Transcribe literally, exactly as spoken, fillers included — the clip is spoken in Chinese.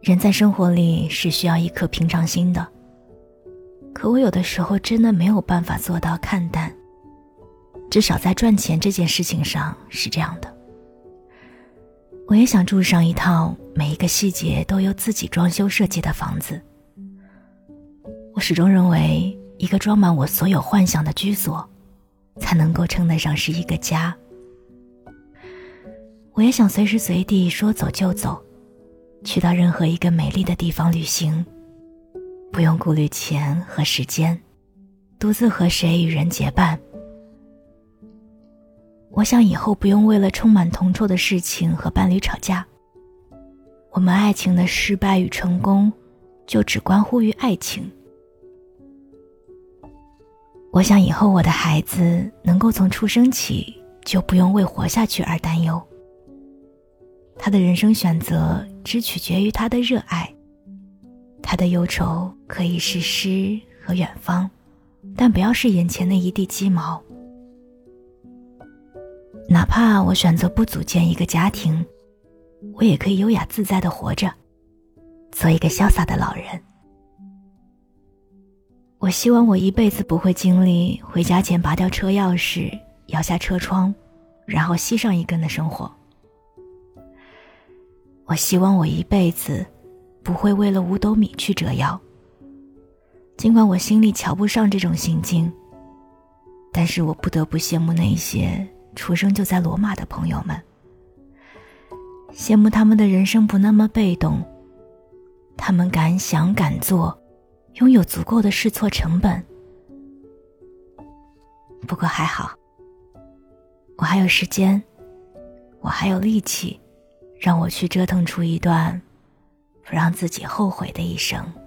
人在生活里是需要一颗平常心的，可我有的时候真的没有办法做到看淡，至少在赚钱这件事情上是这样的。我也想住上一套每一个细节都由自己装修设计的房子。我始终认为，一个装满我所有幻想的居所，才能够称得上是一个家。我也想随时随地说走就走，去到任何一个美丽的地方旅行，不用顾虑钱和时间，独自和谁与人结伴。我想以后不用为了充满铜臭的事情和伴侣吵架，我们爱情的失败与成功就只关乎于爱情。我想以后我的孩子能够从出生起就不用为活下去而担忧，他的人生选择只取决于他的热爱，他的忧愁可以是诗和远方，但不要是眼前的一地鸡毛。哪怕我选择不组建一个家庭，我也可以优雅自在地活着，做一个潇洒的老人。我希望我一辈子不会经历回家前拔掉车钥匙，摇下车窗，然后吸上一根的生活。我希望我一辈子不会为了五斗米去折腰。尽管我心里瞧不上这种行径，但是我不得不羡慕那些出生就在罗马的朋友们，羡慕他们的人生不那么被动，他们敢想敢做，拥有足够的试错成本。不过还好，我还有时间，我还有力气，让我去折腾出一段不让自己后悔的一生。